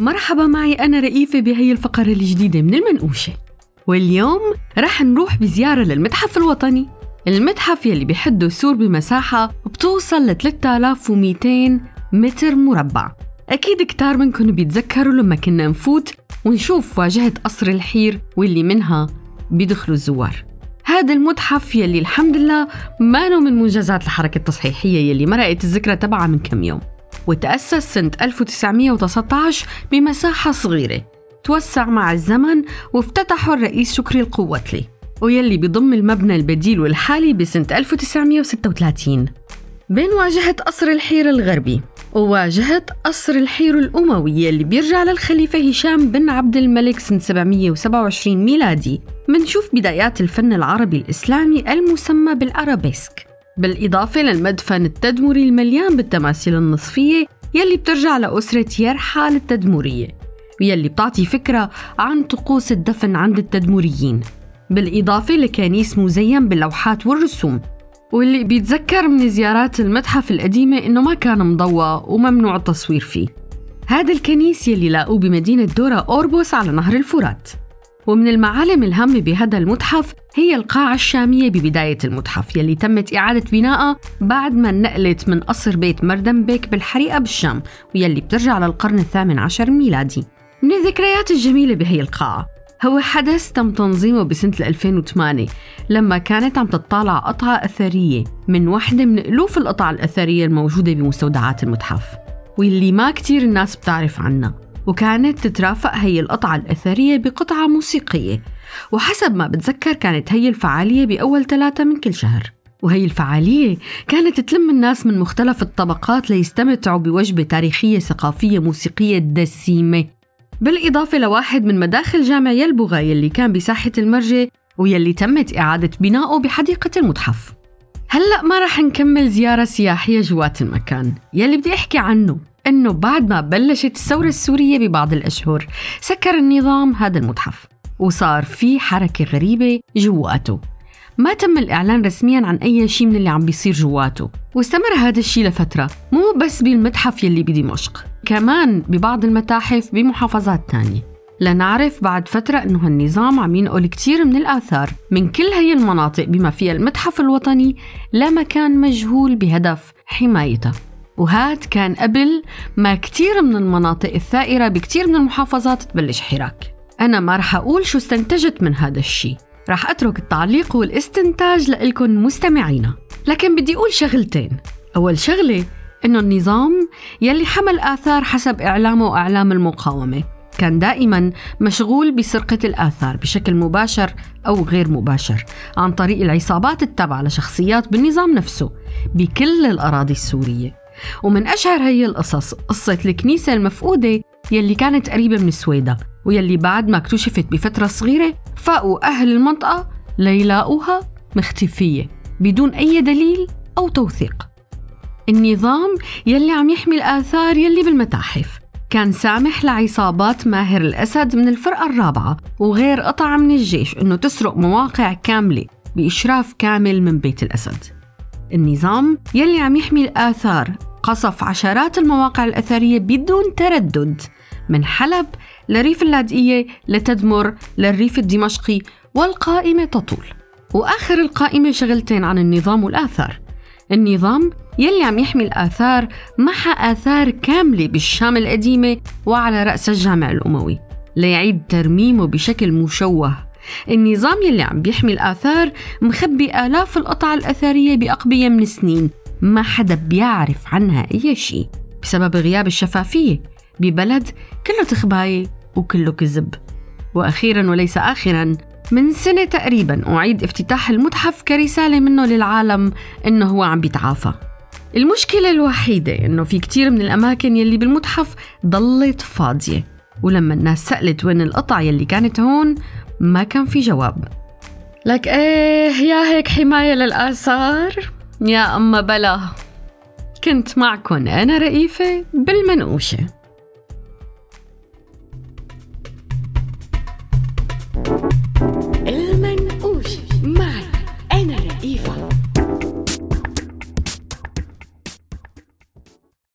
مرحبا معي أنا رئيفة بهي الفقرة الجديدة من المنقوشة. واليوم رح نروح بزيارة للمتحف الوطني، المتحف يلي بيحده سور بمساحة بتوصل ل 3200 متر مربع. أكيد كتار منكم بيتذكروا لما كنا نفوت ونشوف واجهة قصر الحير واللي منها بيدخلوا الزوار. هذا المتحف يلي الحمد لله مانو من منجزات الحركة التصحيحية يلي مرقت الذكرى تبعها من كم يوم، وتأسس سنة 1919 بمساحة صغيرة، توسع مع الزمن وافتتحه الرئيس شكري القوتلي، ويلي بيضم المبنى البديل والحالي بسنة 1936 بين واجهة قصر الحير الغربي وواجهة قصر الحير الأموي اللي بيرجع للخليفة هشام بن عبد الملك سنة 727 ميلادي. منشوف بدايات الفن العربي الإسلامي المسمى بالأرابيسك، بالإضافة للمدفن التدمري المليان بالتماثيل النصفية يلي بترجع لأسرة يرحال التدمرية، ويلي بتعطي فكرة عن طقوس الدفن عند التدمريين، بالإضافة لكنيس مزين باللوحات والرسوم، واللي بيتذكر من زيارات المتحف القديمة إنه ما كان مضوى وممنوع التصوير فيه. هذا الكنيس يلي لاقوه بمدينة دورا أوربوس على نهر الفرات. ومن المعالم الهامة بهذا المتحف هي القاعة الشامية ببداية المتحف يلي تمت إعادة بنائها بعد ما نقلت من قصر بيت مردنبك بالحريقة بالشام، ويلي بترجع للقرن 18 ميلادي. من الذكريات الجميلة بهي القاعة هو حدث تم تنظيمه بسنة 2008 لما كانت عم تطالع قطعة أثرية من واحدة من ألوف القطع الأثرية الموجودة بمستودعات المتحف، واللي ما كتير الناس بتعرف عنها، وكانت تترافق هي القطعة الأثرية بقطعة موسيقية. وحسب ما بتذكر كانت هي الفعالية بأول 3 من كل شهر، وهي الفعالية كانت تلم الناس من مختلف الطبقات ليستمتعوا بوجبة تاريخية ثقافية موسيقية دسيمة، بالإضافة لواحد من مداخل جامع يلبوغا يلي كان بساحة المرجة ويلي تمت إعادة بنائه بحديقة المتحف. هلأ ما رح نكمل زيارة سياحية جوات المكان يلي بدي أحكي عنه، إنه بعد ما بلشت الثورة السورية ببعض الأشهر سكر النظام هذا المتحف وصار في حركة غريبة جواته، ما تم الإعلان رسمياً عن أي شيء من اللي عم بيصير جواته، واستمر هذا الشيء لفترة، مو بس بالمتحف يلي بدمشق، كمان ببعض المتاحف بمحافظات تانية. لنعرف بعد فترة إنه النظام عم ينقل كتير من الآثار من كل هي المناطق بما فيها المتحف الوطني لمكان مجهول بهدف حمايته، وهاد كان قبل ما كتير من المناطق الثائرة بكتير من المحافظات تبلش حراك. أنا ما رح أقول شو استنتجت من هذا الشيء، رح أترك التعليق والاستنتاج لإلكم مستمعينا، لكن بدي أقول شغلتين. أول شغلة إنه النظام يلي حمل آثار حسب إعلامه وأعلام المقاومة كان دائماً مشغول بسرقة الآثار بشكل مباشر أو غير مباشر عن طريق العصابات التابعة لشخصيات بالنظام نفسه بكل الأراضي السورية. ومن أشهر هي القصص قصة الكنيسة المفقودة يلي كانت قريبة من السويدة، ويلي بعد ما اكتشفت بفترة صغيرة فاقوا أهل المنطقة ليلاقوها مختفية بدون أي دليل أو توثيق. النظام يلي عم يحمي الآثار يلي بالمتاحف كان سامح لعصابات ماهر الأسد من الفرقة الرابعة وغير قطع من الجيش إنه تسرق مواقع كاملة بإشراف كامل من بيت الأسد. النظام يلي عم يحمي الآثار قصف عشرات المواقع الأثرية بدون تردد، من حلب لريف اللاذقية لتدمر للريف الدمشقي، والقائمة تطول. وآخر القائمة شغلتين عن النظام والآثار. النظام يلي عم يحمي الآثار محى آثار كاملة بالشام القديمة وعلى رأس الجامع الأموي ليعيد ترميمه بشكل مشوه. النظام يلي عم بيحمي الآثار مخبي آلاف القطع الأثرية بأقبية من سنين ما حدا بيعرف عنها أي شيء بسبب غياب الشفافية ببلد كله تخباية وكله كذب. وأخيراً وليس آخراً، من سنة تقريباً أعيد افتتاح المتحف كرسالة منه للعالم إنه هو عم بيتعافى. المشكلة الوحيدة إنه في كتير من الأماكن يلي بالمتحف ضلت فاضية، ولما الناس سألت وين القطع يلي كانت هون ما كان في جواب. لك إيه يا هيك حماية للآثار يا أما بلا. كنت معكن أنا رئيفة بالمنقوشة.